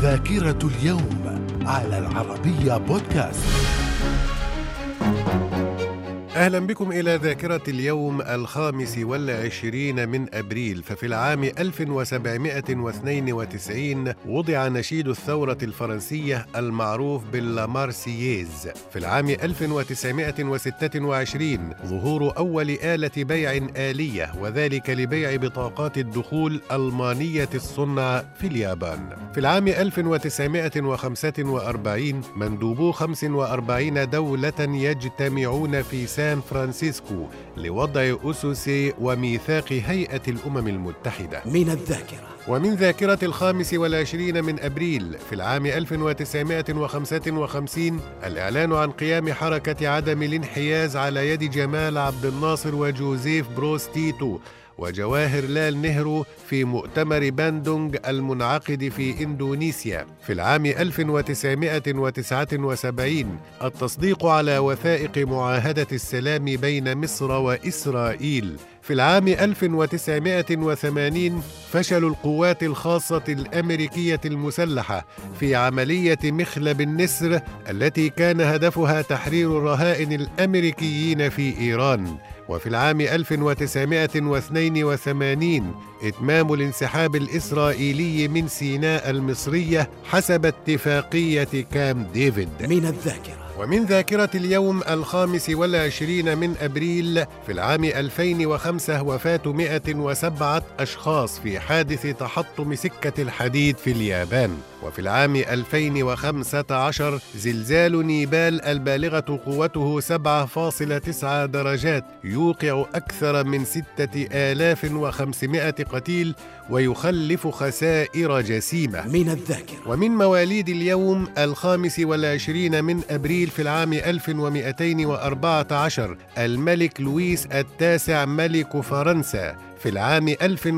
ذاكرة اليوم على العربية بودكاست. أهلا بكم إلى ذاكرة اليوم 25 من أبريل. ففي العام 1792 وضع نشيد الثورة الفرنسية المعروف باللامارسييز. في العام 1926 ظهور أول آلة بيع آلية، وذلك لبيع بطاقات الدخول ألمانية الصنع في اليابان. في العام 1945 مندوبو 45 دولة يجتمعون في سان فرانسيسكو لوضع أسس وميثاق هيئة الأمم المتحدة. من الذاكرة. ومن ذاكرة 25 من أبريل في العام 1955 الإعلان عن قيام حركة عدم الانحياز على يد جمال عبد الناصر وجوزيف بروس تيتو وجواهر لال نهرو في مؤتمر باندونغ المنعقد في إندونيسيا. في العام 1979 التصديق على وثائق معاهدة السلام بين مصر وإسرائيل. في العام 1980 فشل القوات الخاصة الأمريكية المسلحة في عملية مخلب النسر التي كان هدفها تحرير الرهائن الأمريكيين في إيران. وفي العام 1982 إتمام الانسحاب الإسرائيلي من سيناء المصرية حسب اتفاقية كامب ديفيد. من الذاكرة. ومن ذاكرة اليوم 25 من أبريل في العام 2005 وفاة 107 أشخاص في حادث تحطم سكة الحديد في اليابان. وفي العام 2015 زلزال نيبال البالغة قوته 7.9 درجات يوقع أكثر من 6500 قتيل ويخلف خسائر جسيمة. من الذاكرة. ومن مواليد اليوم 25 من أبريل في العام 1214 الملك لويس التاسع ملك فرنسا. في العام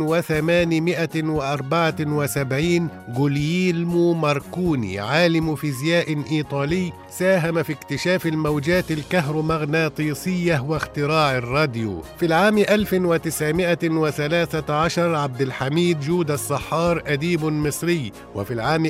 1874 جولييلمو ماركوني عالم فيزياء إيطالي ساهم في اكتشاف الموجات الكهرومغناطيسية واختراع الراديو. في العام 1913 عبد الحميد جودة الصحار أديب مصري. وفي العام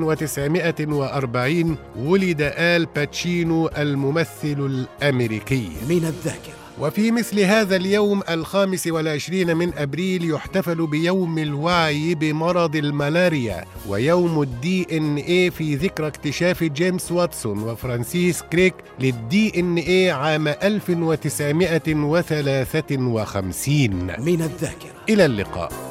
1940 ولد آل باتشينو الممثل الأمريكي. من الذاكرة. وفي مثل هذا اليوم 25 من أبريل يحتفل بيوم الوعي بمرض الملاريا ويوم الDNA في ذكرى اكتشاف جيمس واتسون وفرانسيس كريك للDNA عام 1953. من الذاكرة. إلى اللقاء.